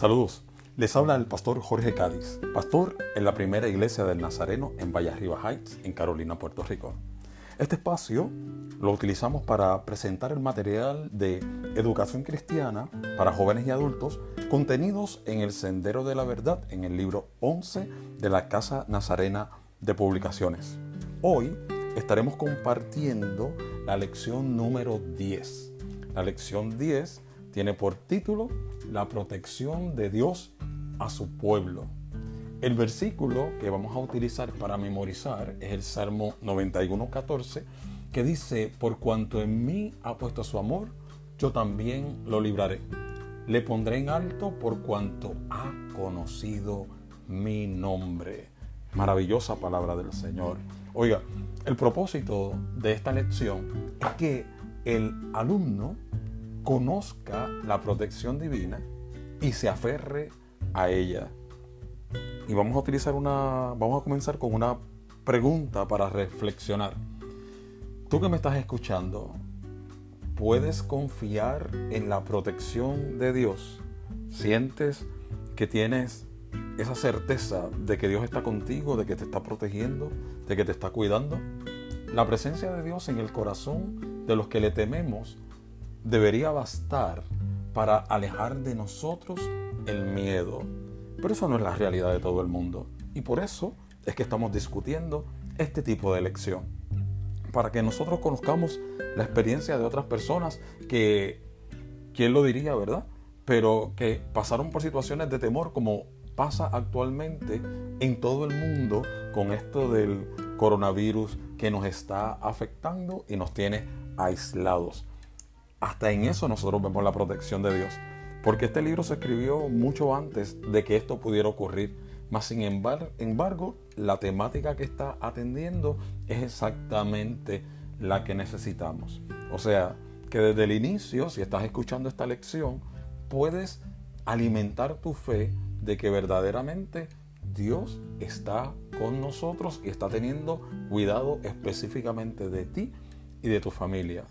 Saludos, les habla el pastor Jorge Cádiz, pastor en la primera iglesia del Nazareno en Valle Arriba Heights, en Carolina, Puerto Rico. Este espacio lo utilizamos para presentar el material de educación cristiana para jóvenes y adultos contenidos en el Sendero de la Verdad en el libro 11 de la Casa Nazarena de Publicaciones. Hoy estaremos compartiendo la lección número 10. La lección 10 tiene por título La protección de Dios a su pueblo. El versículo que vamos a utilizar para memorizar es el Salmo 91:14, que dice: por cuanto en mí ha puesto su amor, yo también lo libraré. Le pondré en alto por cuanto ha conocido mi nombre. Maravillosa palabra del Señor. Oiga, el propósito de esta lección es que el alumno conozca la protección divina y se aferre a ella. Y vamos a comenzar con una pregunta para reflexionar. Tú que me estás escuchando, ¿puedes confiar en la protección de Dios? ¿Sientes que tienes esa certeza de que Dios está contigo, de que te está protegiendo, de que te está cuidando? La presencia de Dios en el corazón de los que le tememos debería bastar para alejar de nosotros el miedo. Pero eso no es la realidad de todo el mundo. Y por eso es que estamos discutiendo este tipo de lección. Para que nosotros conozcamos la experiencia de otras personas que, ¿quién lo diría, verdad? Pero que pasaron por situaciones de temor como pasa actualmente en todo el mundo con esto del coronavirus que nos está afectando y nos tiene aislados. Hasta en eso nosotros vemos la protección de Dios. Porque este libro se escribió mucho antes de que esto pudiera ocurrir. Mas sin embargo, la temática que está atendiendo es exactamente la que necesitamos. O sea, que desde el inicio, si estás escuchando esta lección, puedes alimentar tu fe de que verdaderamente Dios está con nosotros y está teniendo cuidado específicamente de ti y de tu familia.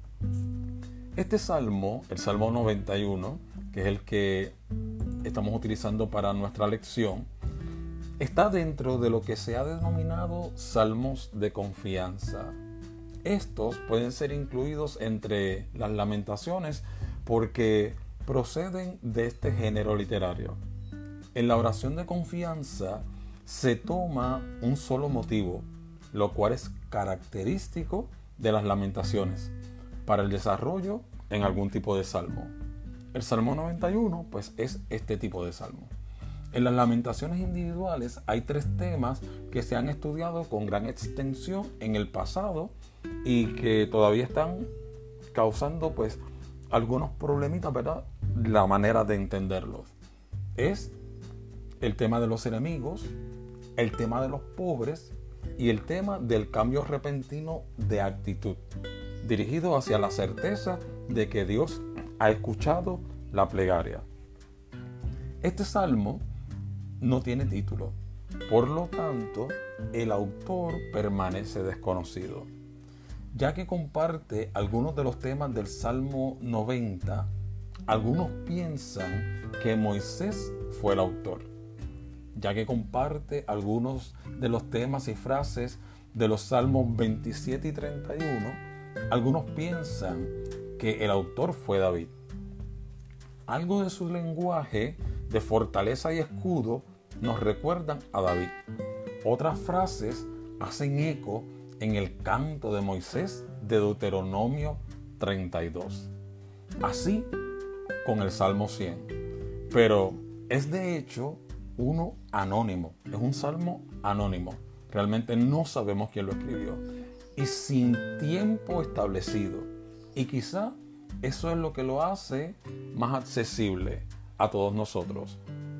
Este salmo, el Salmo 91, que es el que estamos utilizando para nuestra lección, está dentro de lo que se ha denominado salmos de confianza. Estos pueden ser incluidos entre las lamentaciones porque proceden de este género literario. En la oración de confianza se toma un solo motivo, lo cual es característico de las lamentaciones para el desarrollo en algún tipo de salmo. El Salmo 91 pues es este tipo de salmo. En las lamentaciones individuales hay 3 temas que se han estudiado con gran extensión en el pasado y que todavía están causando pues algunos problemitas, ¿verdad? La manera de entenderlos. Es el tema de los enemigos, el tema de los pobres y el tema del cambio repentino de actitud, dirigido hacia la certeza de que Dios ha escuchado la plegaria. Este salmo no tiene título, por lo tanto, el autor permanece desconocido, ya que comparte algunos de los temas del Salmo 90. Algunos piensan que Moisés fue el autor, ya que comparte algunos de los temas y frases de los Salmos 27 y 31. Algunos piensan que el autor fue David. Algo de su lenguaje de fortaleza y escudo nos recuerdan a David. Otras frases hacen eco en el canto de Moisés de Deuteronomio 32. Así con el Salmo 100. Pero es de hecho uno anónimo. Es un salmo anónimo. Realmente no sabemos quién lo escribió. Y sin tiempo establecido. Y quizá eso es lo que lo hace más accesible a todos nosotros.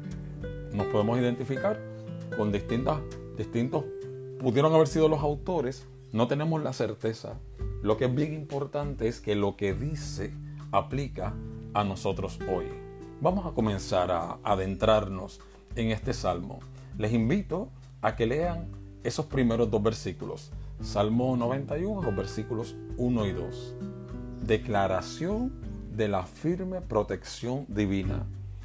Nos podemos identificar con distintos, pudieron haber sido los autores, no tenemos la certeza. Lo que es bien importante es que lo que dice aplica a nosotros hoy. Vamos a comenzar a adentrarnos en este salmo. Les invito a que lean esos primeros 2 versículos. Salmo 91, los versículos 1 y 2. Declaración de la firme protección divina.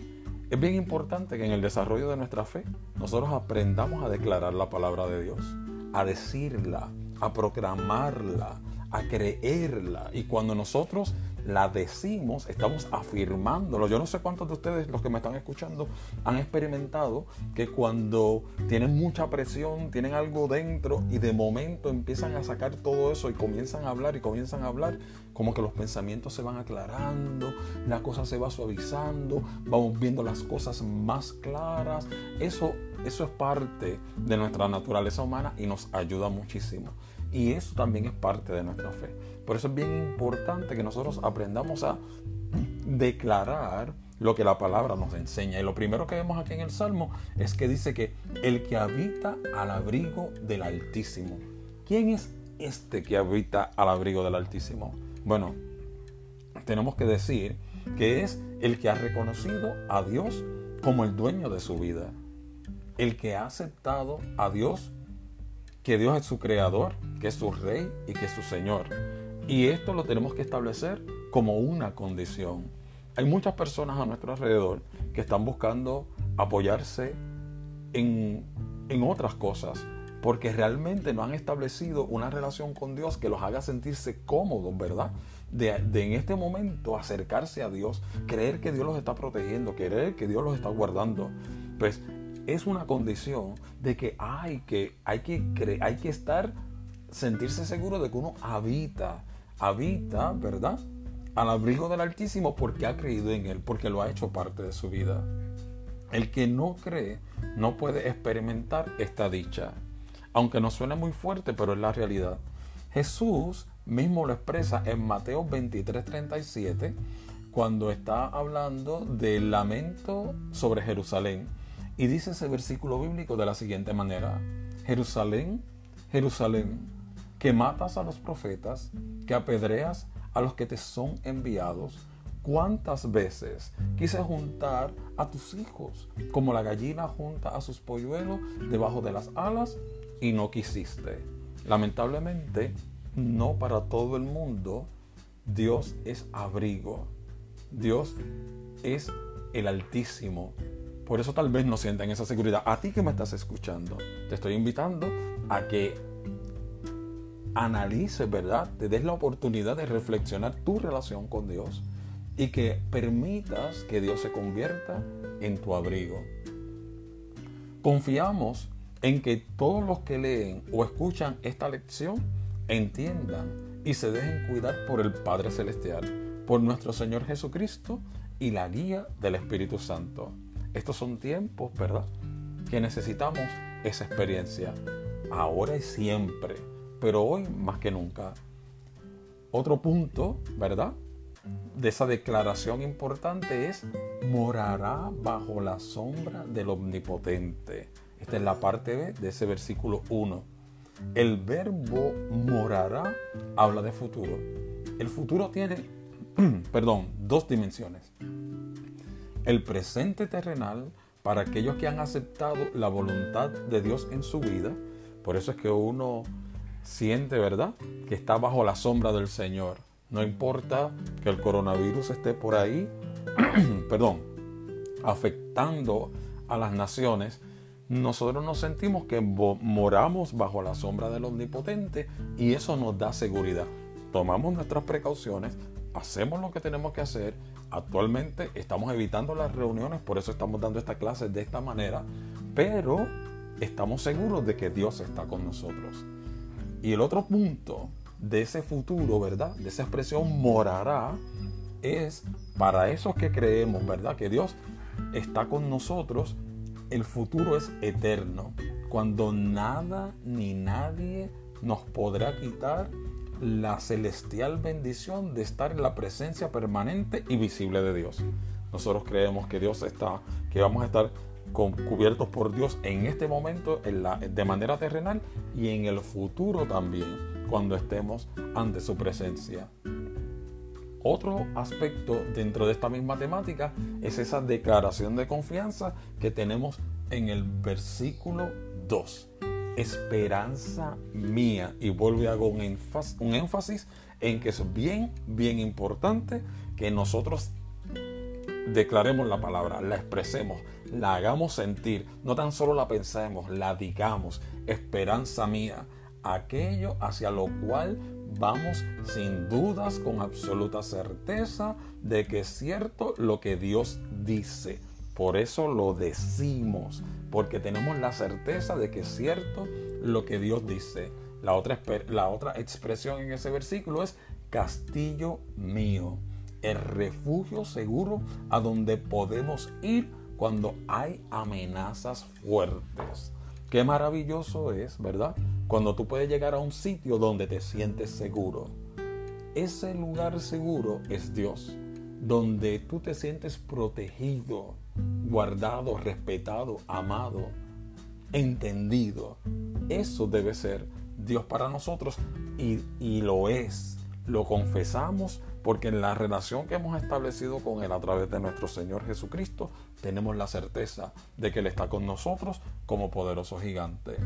Es bien importante que en el desarrollo de nuestra fe nosotros aprendamos a declarar la palabra de Dios, a decirla, a proclamarla, a creerla. Y cuando nosotros la decimos, estamos afirmándolo. Yo no sé cuántos de ustedes, los que me están escuchando, han experimentado que cuando tienen mucha presión, tienen algo dentro y de momento empiezan a sacar todo eso y comienzan a hablar, como que los pensamientos se van aclarando, la cosa se va suavizando, vamos viendo las cosas más claras. Eso es parte de nuestra naturaleza humana y nos ayuda muchísimo. Y eso también es parte de nuestra fe. Por eso es bien importante que nosotros aprendamos a declarar lo que la palabra nos enseña. Y lo primero que vemos aquí en el Salmo es que dice que el que habita al abrigo del Altísimo. ¿Quién es este que habita al abrigo del Altísimo? Bueno, tenemos que decir que es el que ha reconocido a Dios como el dueño de su vida. El que ha aceptado a Dios, que Dios es su creador, que es su rey y que es su Señor. Y esto lo tenemos que establecer como una condición. Hay muchas personas a nuestro alrededor que están buscando apoyarse en otras cosas, porque realmente no han establecido una relación con Dios que los haga sentirse cómodos, ¿verdad? De en este momento acercarse a Dios, creer que Dios los está protegiendo, creer que Dios los está guardando. Pues es una condición de que hay que sentirse seguro de que uno habita, ¿verdad?, al abrigo del Altísimo, porque ha creído en Él, porque lo ha hecho parte de su vida. El que no cree no puede experimentar esta dicha, aunque nos suene muy fuerte, pero es la realidad. Jesús mismo lo expresa en Mateo 23:37, cuando está hablando del lamento sobre Jerusalén. Y dice ese versículo bíblico de la siguiente manera: Jerusalén, Jerusalén, que matas a los profetas, que apedreas a los que te son enviados. ¿Cuántas veces quise juntar a tus hijos como la gallina junta a sus polluelos debajo de las alas y no quisiste? Lamentablemente, no para todo el mundo Dios es abrigo. Dios es el Altísimo. Por eso tal vez no sientan esa seguridad. A ti que me estás escuchando, te estoy invitando a que analices, ¿verdad? Te des la oportunidad de reflexionar tu relación con Dios y que permitas que Dios se convierta en tu abrigo. Confiamos en que todos los que leen o escuchan esta lección entiendan y se dejen cuidar por el Padre Celestial, por nuestro Señor Jesucristo y la guía del Espíritu Santo. Estos son tiempos, ¿verdad?, que necesitamos esa experiencia, ahora y siempre, pero hoy más que nunca. Otro punto, ¿verdad?, de esa declaración importante es: morará bajo la sombra del Omnipotente. Esta es la parte B de ese versículo 1. El verbo morará habla de futuro. El futuro tiene, dos dimensiones. El presente terrenal para aquellos que han aceptado la voluntad de Dios en su vida. Por eso es que uno siente, ¿verdad?, que está bajo la sombra del Señor. No importa que el coronavirus esté por ahí, afectando a las naciones, nosotros nos sentimos que moramos bajo la sombra del Omnipotente y eso nos da seguridad. Tomamos nuestras precauciones, hacemos lo que tenemos que hacer. Actualmente estamos evitando las reuniones, por eso estamos dando esta clase de esta manera, pero estamos seguros de que Dios está con nosotros. Y el otro punto de ese futuro, ¿verdad?, de esa expresión morará, es para esos que creemos, ¿verdad?, que Dios está con nosotros. El futuro es eterno, cuando nada ni nadie nos podrá quitar la celestial bendición de estar en la presencia permanente y visible de Dios. Nosotros creemos que Dios está, que vamos a estar cubiertos por Dios en este momento de manera terrenal y en el futuro también, cuando estemos ante su presencia. Otro aspecto dentro de esta misma temática es esa declaración de confianza que tenemos en el versículo 2. Esperanza mía. Y vuelvo y hago un énfasis en que es bien importante que nosotros declaremos la palabra, la expresemos, la hagamos sentir, no tan solo la pensemos, la digamos, esperanza mía, aquello hacia lo cual vamos sin dudas, con absoluta certeza de que es cierto lo que Dios dice. Por eso lo decimos, porque tenemos la certeza de que es cierto lo que Dios dice. La otra expresión en ese versículo es castillo mío, el refugio seguro a donde podemos ir cuando hay amenazas fuertes. Qué maravilloso es, ¿verdad? Cuando tú puedes llegar a un sitio donde te sientes seguro. Ese lugar seguro es Dios, donde tú te sientes protegido, guardado, respetado, amado, entendido. Eso debe ser Dios para nosotros y lo es. Lo confesamos porque en la relación que hemos establecido con Él a través de nuestro Señor Jesucristo, tenemos la certeza de que Él está con nosotros como poderoso gigante.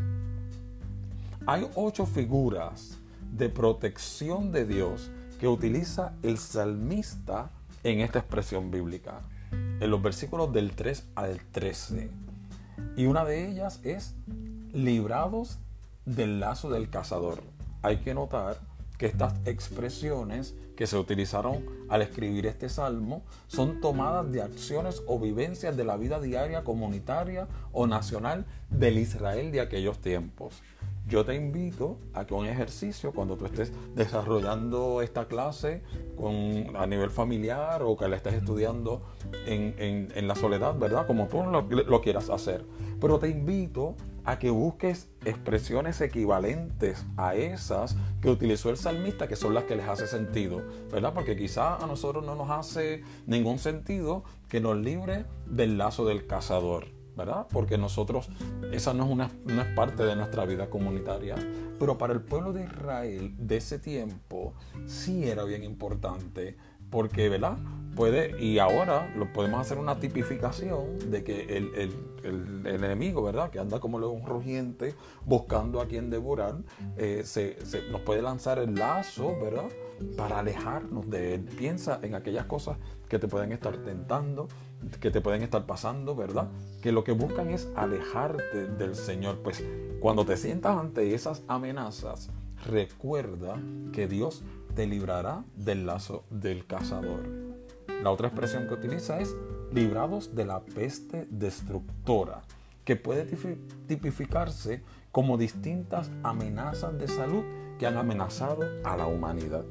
Hay 8 figuras de protección de Dios que utiliza el salmista en esta expresión bíblica, en los versículos del 3 al 13. Y una de ellas es librados del lazo del cazador. Hay que notar que estas expresiones que se utilizaron al escribir este salmo son tomadas de acciones o vivencias de la vida diaria, comunitaria o nacional del Israel de aquellos tiempos. Yo te invito a que un ejercicio, cuando tú estés desarrollando esta clase a nivel familiar o que la estés estudiando en la soledad, ¿verdad? Como tú lo quieras hacer. Pero te invito a que busques expresiones equivalentes a esas que utilizó el salmista, que son las que les hace sentido, ¿verdad? Porque quizá a nosotros no nos hace ningún sentido que nos libre del lazo del cazador, ¿verdad? Porque nosotros, esa no es parte de nuestra vida comunitaria, pero para el pueblo de Israel de ese tiempo sí era bien importante, porque, ¿verdad? Y ahora lo podemos hacer una tipificación de que el enemigo, ¿verdad? Que anda como león rugiente buscando a quien devorar, nos puede lanzar el lazo, ¿verdad? Para alejarnos de él. Piensa en aquellas cosas que te pueden estar tentando, que te pueden estar pasando, ¿verdad? Que lo que buscan es alejarte del Señor. Pues cuando te sientas ante esas amenazas, recuerda que Dios te librará del lazo del cazador. La otra expresión que utiliza es librados de la peste destructora, que puede tipificarse como distintas amenazas de salud que han amenazado a la humanidad.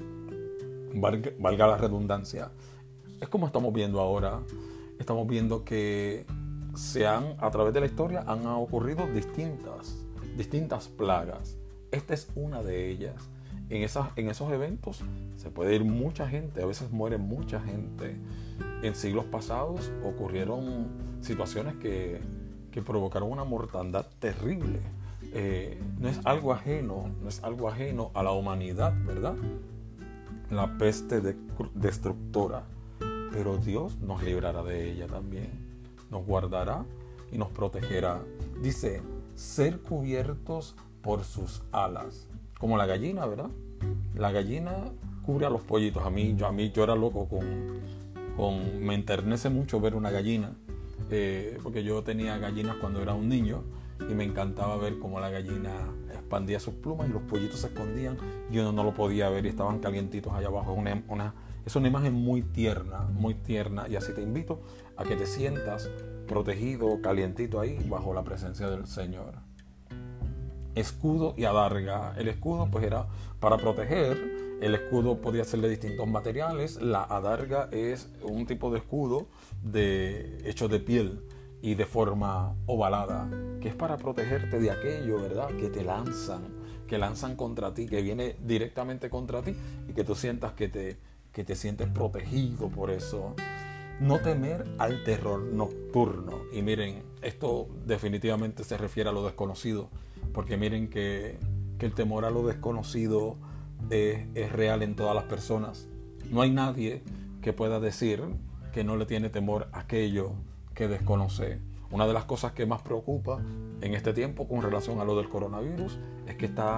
Valga la redundancia. Es como estamos viendo ahora. Estamos viendo que a través de la historia han ocurrido distintas plagas. Esta es una de ellas. En esos eventos se puede ir mucha gente, a veces muere mucha gente. En siglos pasados ocurrieron situaciones que provocaron una mortandad terrible. No es algo ajeno a la humanidad, ¿verdad? La peste destructora. Pero Dios nos librará de ella también. Nos guardará y nos protegerá. Dice, ser cubiertos por sus alas. Como la gallina, ¿verdad? La gallina cubre a los pollitos. A mí yo era loco me enternece mucho ver una gallina, porque yo tenía gallinas cuando era un niño y me encantaba ver cómo la gallina expandía sus plumas y los pollitos se escondían y uno no lo podía ver y estaban calientitos allá abajo. Es una imagen muy tierna, y así te invito a que te sientas protegido, calientito ahí bajo la presencia del Señor. Escudo y adarga. El escudo pues era para proteger. El escudo podía ser de distintos materiales. La adarga es un tipo de escudo hecho de piel y de forma ovalada, que es para protegerte de aquello, ¿verdad? Que lanzan contra ti, que viene directamente contra ti y que tú sientas que te sientes protegido por eso. No temer al terror nocturno. Y miren, esto definitivamente se refiere a lo desconocido, porque miren que el temor a lo desconocido es real en todas las personas. No hay nadie que pueda decir que no le tiene temor a aquello que desconoce. Una de las cosas que más preocupa en este tiempo con relación a lo del coronavirus es que está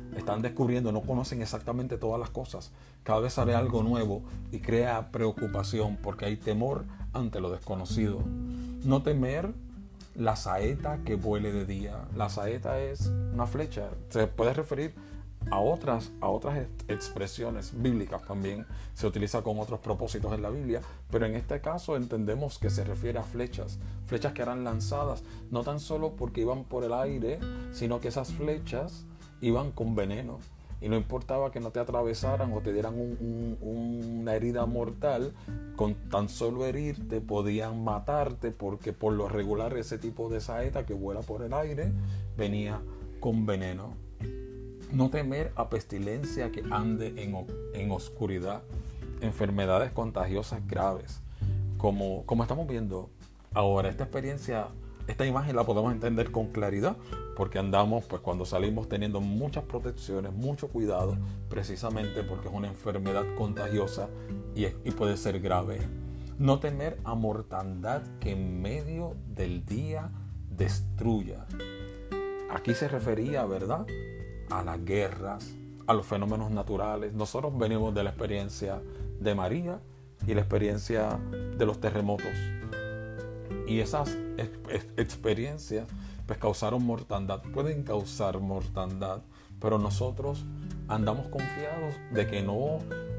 están descubriendo, no conocen exactamente todas las cosas. Cada vez sale algo nuevo y crea preocupación porque hay temor ante lo desconocido. No temer la saeta que vuele de día. La saeta es una flecha. Se puede referir a otras expresiones bíblicas también. Se utiliza con otros propósitos en la Biblia, pero en este caso entendemos que se refiere a flechas que eran lanzadas, no tan solo porque iban por el aire, sino que esas flechas iban con veneno. Y no importaba que no te atravesaran o te dieran una herida mortal, con tan solo herirte podían matarte, porque por lo regular ese tipo de saeta que vuela por el aire venía con veneno. No temer a pestilencia que ande en oscuridad, enfermedades contagiosas graves. Como estamos viendo ahora, esta imagen la podemos entender con claridad, porque andamos, pues cuando salimos, teniendo muchas protecciones, mucho cuidado, precisamente porque es una enfermedad contagiosa y puede ser grave. No temer a mortandad que en medio del día destruya. Aquí se refería, ¿verdad?, a las guerras, a los fenómenos naturales. Nosotros venimos de la experiencia de María y la experiencia de los terremotos. Y esas experiencias pues causaron mortandad, pueden causar mortandad, pero nosotros andamos confiados de que no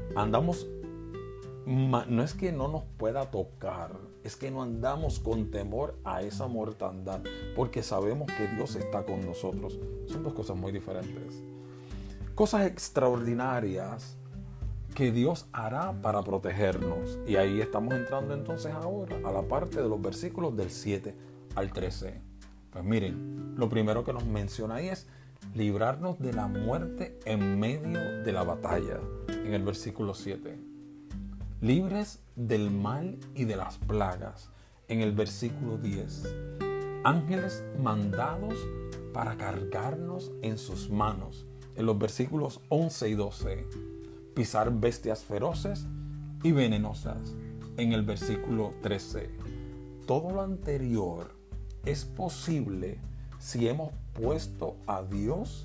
es que no nos pueda tocar, es que no andamos con temor a esa mortandad, porque sabemos que Dios está con nosotros. Son dos cosas muy diferentes. Cosas extraordinarias que Dios hará para protegernos. Y ahí estamos entrando entonces ahora a la parte de los versículos del 7 al 13. Pues miren, lo primero que nos menciona ahí es librarnos de la muerte en medio de la batalla, en el versículo 7. Libres del mal y de las plagas, en el versículo 10. Ángeles mandados para cargarnos en sus manos, en los versículos 11 y 12. Pisar bestias feroces y venenosas, en el versículo 13. Todo lo anterior es posible si hemos puesto a Dios,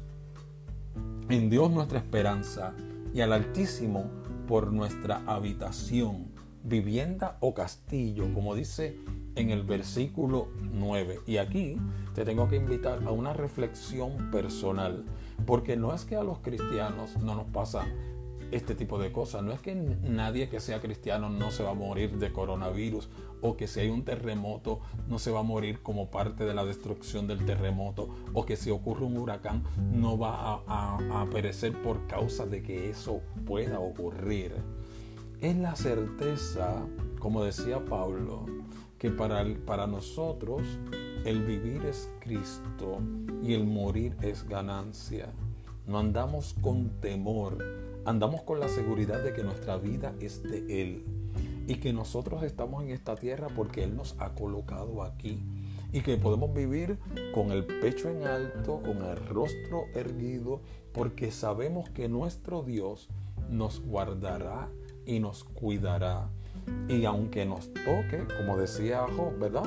en Dios nuestra esperanza, y al Altísimo por nuestra habitación, vivienda o castillo, como dice en el versículo 9. Y aquí te tengo que invitar a una reflexión personal, porque no es que a los cristianos no nos pasa este tipo de cosas. No es que nadie que sea cristiano no se va a morir de coronavirus, o que si hay un terremoto no se va a morir como parte de la destrucción del terremoto, o que si ocurre un huracán no va a perecer por causa de que eso pueda ocurrir. Es la certeza, como decía Pablo, que para nosotros el vivir es Cristo y el morir es ganancia. No andamos con temor, andamos con la seguridad de que nuestra vida es de Él y que nosotros estamos en esta tierra porque Él nos ha colocado aquí, y que podemos vivir con el pecho en alto, con el rostro erguido, porque sabemos que nuestro Dios nos guardará y nos cuidará. Y aunque nos toque, como decía Job, ¿verdad?,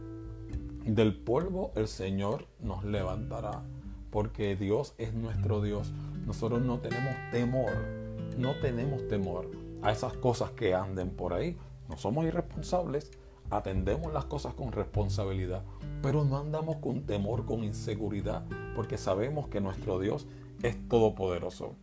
del polvo el Señor nos levantará, porque Dios es nuestro Dios. Nosotros no tenemos temor a esas cosas que anden por ahí. No somos irresponsables, atendemos las cosas con responsabilidad, pero no andamos con temor, con inseguridad, porque sabemos que nuestro Dios es todopoderoso.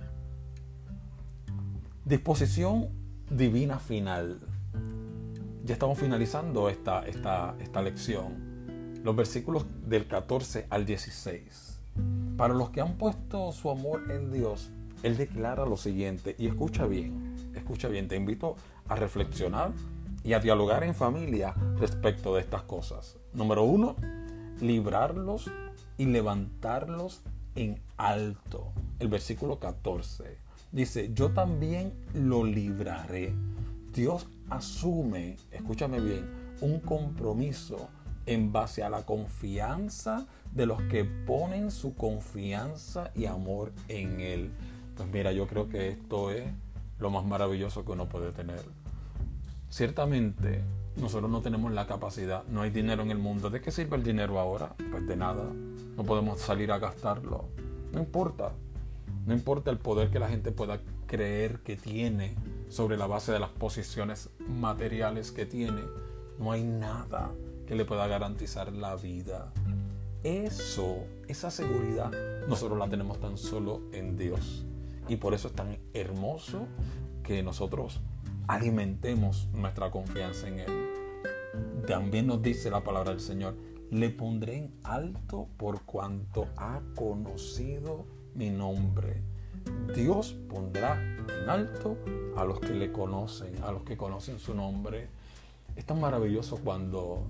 Disposición divina final. Ya estamos finalizando esta lección. Los versículos del 14 al 16. Para los que han puesto su amor en Dios, Él declara lo siguiente, y escucha bien, te invito a reflexionar y a dialogar en familia respecto de estas cosas. Número 1, librarlos y levantarlos en alto. El versículo 14 dice, yo también lo libraré. Dios asume, escúchame bien, un compromiso en base a la confianza de los que ponen su confianza y amor en Él. Pues mira, yo creo que esto es lo más maravilloso que uno puede tener. Ciertamente, nosotros no tenemos la capacidad, no hay dinero en el mundo. ¿De qué sirve el dinero ahora? Pues de nada, no podemos salir a gastarlo. No importa, No importa el poder que la gente pueda creer que tiene sobre la base de las posiciones materiales que tiene, no hay nada que le pueda garantizar la vida. Esa seguridad, nosotros la tenemos tan solo en Dios. Y por eso es tan hermoso que nosotros alimentemos nuestra confianza en Él. También nos dice la palabra del Señor: le pondré en alto por cuanto ha conocido mi nombre. Dios pondrá en alto a los que le conocen, a los que conocen su nombre. Es tan maravilloso cuando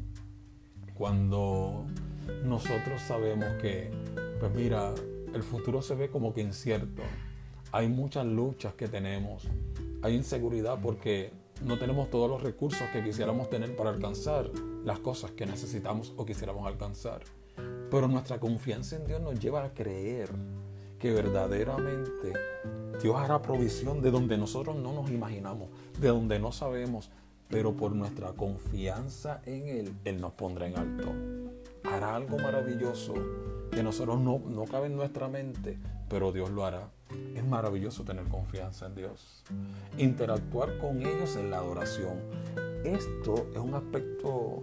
nosotros sabemos que, pues mira, el futuro se ve como que incierto. Hay muchas luchas que tenemos. Hay inseguridad porque no tenemos todos los recursos que quisiéramos tener para alcanzar las cosas que necesitamos o quisiéramos alcanzar. Pero nuestra confianza en Dios nos lleva a creer que verdaderamente Dios hará provisión de donde nosotros no nos imaginamos, de donde no sabemos, pero por nuestra confianza en Él, Él nos pondrá en alto. Hará algo maravilloso que nosotros no cabe en nuestra mente, pero Dios lo hará. Es maravilloso tener confianza en Dios. Interactuar con ellos en la adoración. Esto es un aspecto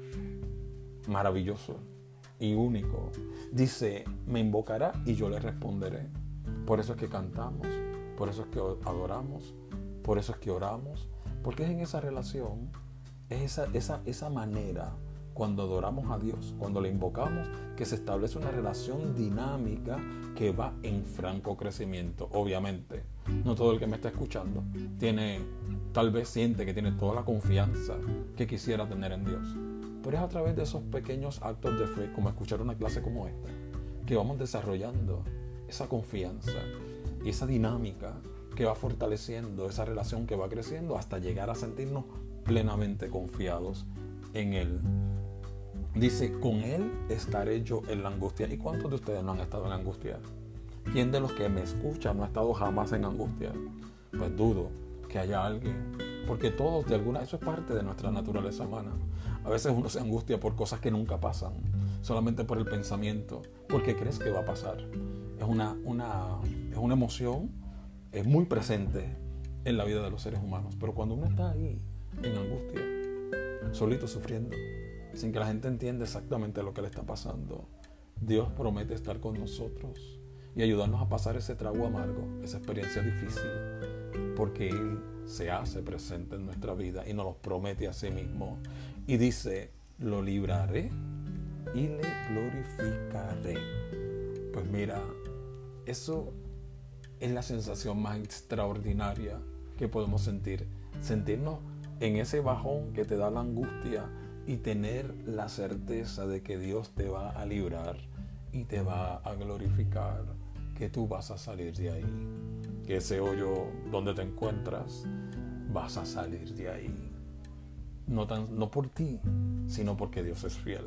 maravilloso y único. Dice: me invocará y yo le responderé. Por eso es que cantamos, por eso es que adoramos, por eso es que oramos, porque es en esa relación, es esa manera, cuando adoramos a Dios, cuando le invocamos, que se establece una relación dinámica que va en franco crecimiento. Obviamente, no todo el que me está escuchando tal vez siente que tiene toda la confianza que quisiera tener en Dios. Pero es a través de esos pequeños actos de fe, como escuchar una clase como esta, que vamos desarrollando esa confianza y esa dinámica que va fortaleciendo esa relación, que va creciendo hasta llegar a sentirnos plenamente confiados en Él. Dice: con Él estaré yo en la angustia. ¿Y cuántos de ustedes no han estado en angustia? ¿Quién de los que me escucha no ha estado jamás en angustia? Pues dudo que haya alguien, porque todos eso es parte de nuestra naturaleza humana. A veces uno se angustia por cosas que nunca pasan, solamente por el pensamiento, porque crees que va a pasar. Es una emoción muy presente en la vida de los seres humanos. Pero cuando uno está ahí, en angustia, solito sufriendo, sin que la gente entienda exactamente lo que le está pasando, Dios promete estar con nosotros y ayudarnos a pasar ese trago amargo, esa experiencia difícil, porque Él se hace presente en nuestra vida y nos lo promete a sí mismo. Y dice: lo libraré y le glorificaré. Pues mira, eso es la sensación más extraordinaria que podemos sentirnos en ese bajón que te da la angustia y tener la certeza de que Dios te va a librar y te va a glorificar, que tú vas a salir de ahí, que ese hoyo donde te encuentras, vas a salir de ahí, no por ti, sino porque Dios es fiel.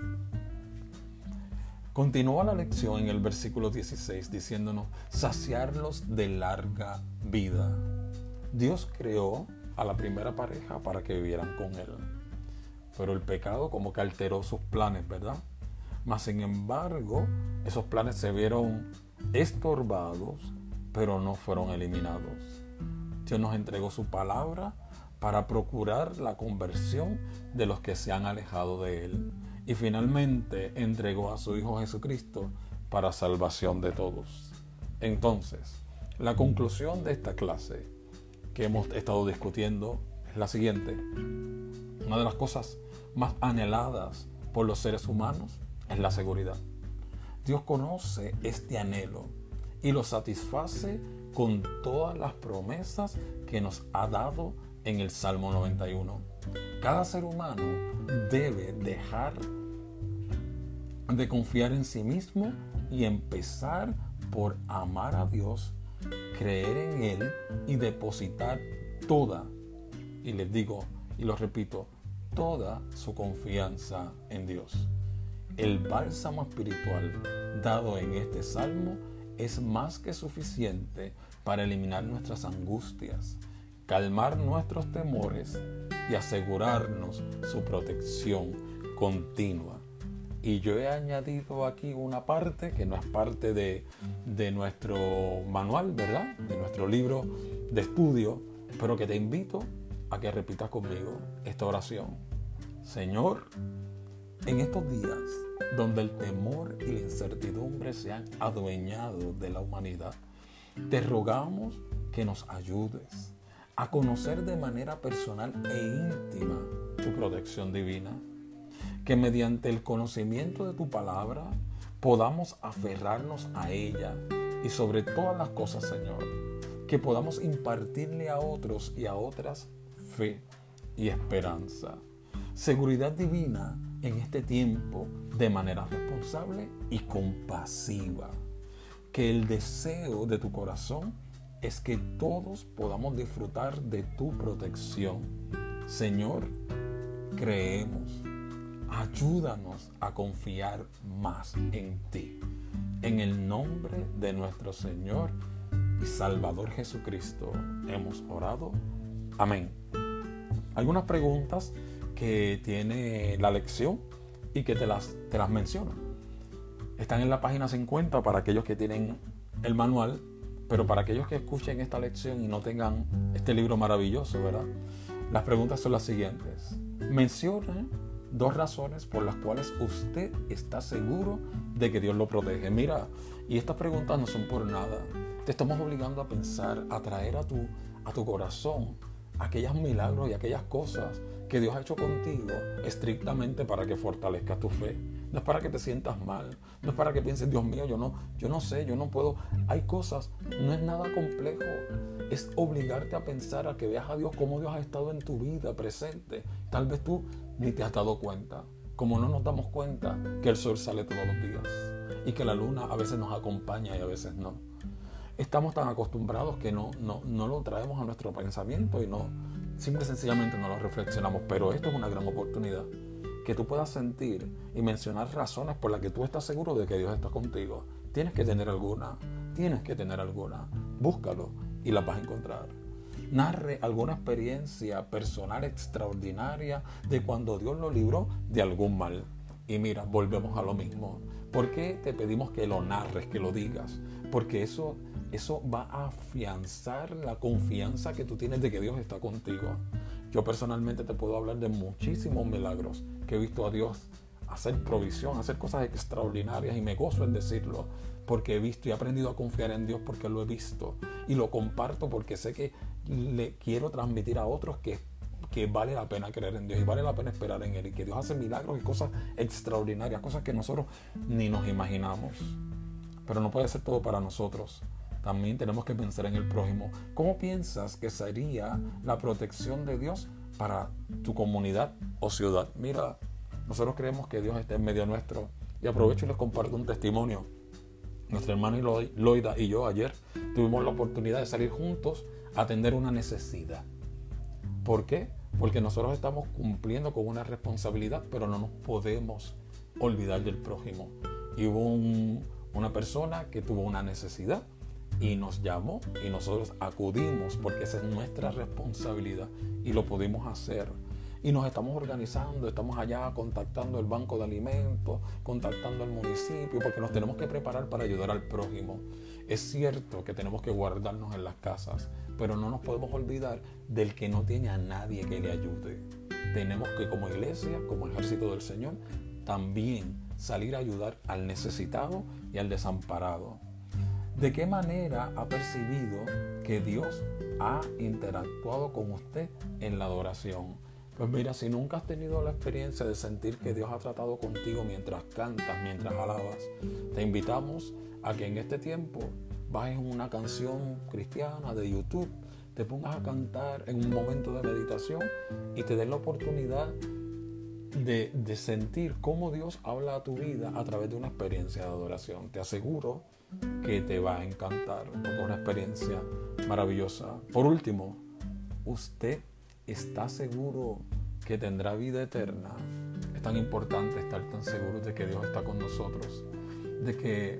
Continúa la lección en el versículo 16 diciéndonos: saciarlos de larga vida. Dios creó a la primera pareja para que vivieran con Él, pero el pecado como que alteró sus planes, ¿verdad? Mas sin embargo, esos planes se vieron estorbados, pero no fueron eliminados. Dios nos entregó su palabra para procurar la conversión de los que se han alejado de Él. Y finalmente entregó a su Hijo Jesucristo para salvación de todos. Entonces, la conclusión de esta clase que hemos estado discutiendo es la siguiente. Una de las cosas más anheladas por los seres humanos es la seguridad. Dios conoce este anhelo y lo satisface con todas las promesas que nos ha dado en el Salmo 91. Cada ser humano debe dejar de confiar en sí mismo y empezar por amar a Dios, creer en Él y depositar toda, y les digo y lo repito, toda su confianza en Dios. El bálsamo espiritual dado en este salmo es más que suficiente para eliminar nuestras angustias, calmar nuestros temores y asegurarnos su protección continua. Y yo he añadido aquí una parte que no es parte de nuestro manual, ¿verdad? De nuestro libro de estudio, pero que te invito a que repitas conmigo esta oración. Señor, en estos días donde el temor y la incertidumbre se han adueñado de la humanidad, te rogamos que nos ayudes a conocer de manera personal e íntima tu protección divina. Que mediante el conocimiento de tu palabra podamos aferrarnos a ella y sobre todas las cosas, Señor, que podamos impartirle a otros y a otras fe y esperanza, seguridad divina en este tiempo de manera responsable y compasiva. Que el deseo de tu corazón es que todos podamos disfrutar de tu protección. Señor, creemos. Ayúdanos a confiar más en ti. En el nombre de nuestro Señor y Salvador Jesucristo hemos orado. Amén. Algunas preguntas que tiene la lección y que te las menciono. Están en la página 50 para aquellos que tienen el manual, pero para aquellos que escuchen esta lección y no tengan este libro maravilloso, ¿verdad? Las preguntas son las siguientes. Menciona 2 razones por las cuales usted está seguro de que Dios lo protege. Mira, y estas preguntas no son por nada. Te estamos obligando a pensar, a traer a tu corazón aquellos milagros y aquellas cosas que Dios ha hecho contigo estrictamente para que fortalezcas tu fe. No es para que te sientas mal, no es para que pienses, Dios mío, yo no sé, yo no puedo. Hay cosas, no es nada complejo. Es obligarte a pensar, a que veas a Dios, cómo Dios ha estado en tu vida presente. Tal vez tú ni te has dado cuenta, como no nos damos cuenta que el sol sale todos los días y que la luna a veces nos acompaña y a veces no. Estamos tan acostumbrados que no lo traemos a nuestro pensamiento y simple y sencillamente no lo reflexionamos. Pero esto es una gran oportunidad, que tú puedas sentir y mencionar razones por las que tú estás seguro de que Dios está contigo. Tienes que tener alguna, búscalo y la vas a encontrar. Narre alguna experiencia personal extraordinaria de cuando Dios lo libró de algún mal. Y mira, volvemos a lo mismo. ¿Por qué te pedimos que lo narres, que lo digas? Porque eso va a afianzar la confianza que tú tienes de que Dios está contigo. Yo personalmente te puedo hablar de muchísimos milagros que he visto a Dios hacer provisión, hacer cosas extraordinarias, y me gozo en decirlo, porque he visto y he aprendido a confiar en Dios porque lo he visto y lo comparto porque sé que le quiero transmitir a otros que vale la pena creer en Dios y vale la pena esperar en Él, y que Dios hace milagros y cosas extraordinarias, cosas que nosotros ni nos imaginamos. Pero no puede ser todo para nosotros. También tenemos que pensar en el prójimo. ¿Cómo piensas que sería la protección de Dios para tu comunidad o ciudad? Mira, nosotros creemos que Dios está en medio nuestro, y aprovecho y les comparto un testimonio. Nuestra hermana Loida y yo ayer tuvimos la oportunidad de salir juntos a atender una necesidad. ¿Por qué? Porque nosotros estamos cumpliendo con una responsabilidad, pero no nos podemos olvidar del prójimo. Y hubo una persona que tuvo una necesidad y nos llamó y nosotros acudimos porque esa es nuestra responsabilidad y lo pudimos hacer. Y nos estamos organizando, estamos allá contactando el banco de alimentos, contactando al municipio, porque nos tenemos que preparar para ayudar al prójimo. Es cierto que tenemos que guardarnos en las casas, pero no nos podemos olvidar del que no tiene a nadie que le ayude. Tenemos que, como iglesia, como ejército del Señor, también salir a ayudar al necesitado y al desamparado. ¿De qué manera ha percibido que Dios ha interactuado con usted en la adoración? Pues mira, si nunca has tenido la experiencia de sentir que Dios ha tratado contigo mientras cantas, mientras alabas, te invitamos a que en este tiempo bajes una canción cristiana de YouTube, te pongas a cantar en un momento de meditación y te des la oportunidad de sentir cómo Dios habla a tu vida a través de una experiencia de adoración. Te aseguro que te va a encantar, porque es una experiencia maravillosa. Por último, ¿usted está seguro que tendrá vida eterna? Es tan importante estar tan seguros de que Dios está con nosotros, de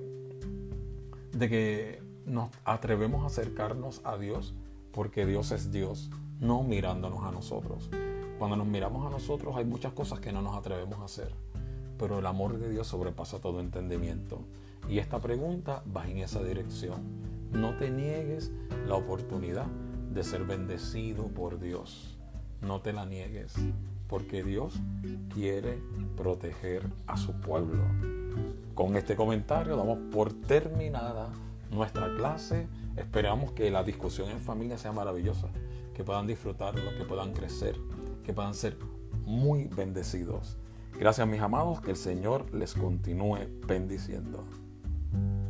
que nos atrevemos a acercarnos a Dios porque Dios es Dios, no mirándonos a nosotros. Cuando nos miramos a nosotros hay muchas cosas que no nos atrevemos a hacer, pero el amor de Dios sobrepasa todo entendimiento. Y esta pregunta va en esa dirección. No te niegues la oportunidad de ser bendecido por Dios. No te la niegues, porque Dios quiere proteger a su pueblo. Con este comentario damos por terminada nuestra clase. Esperamos que la discusión en familia sea maravillosa, que puedan disfrutarlo, que puedan crecer, que puedan ser muy bendecidos. Gracias, mis amados, que el Señor les continúe bendiciendo.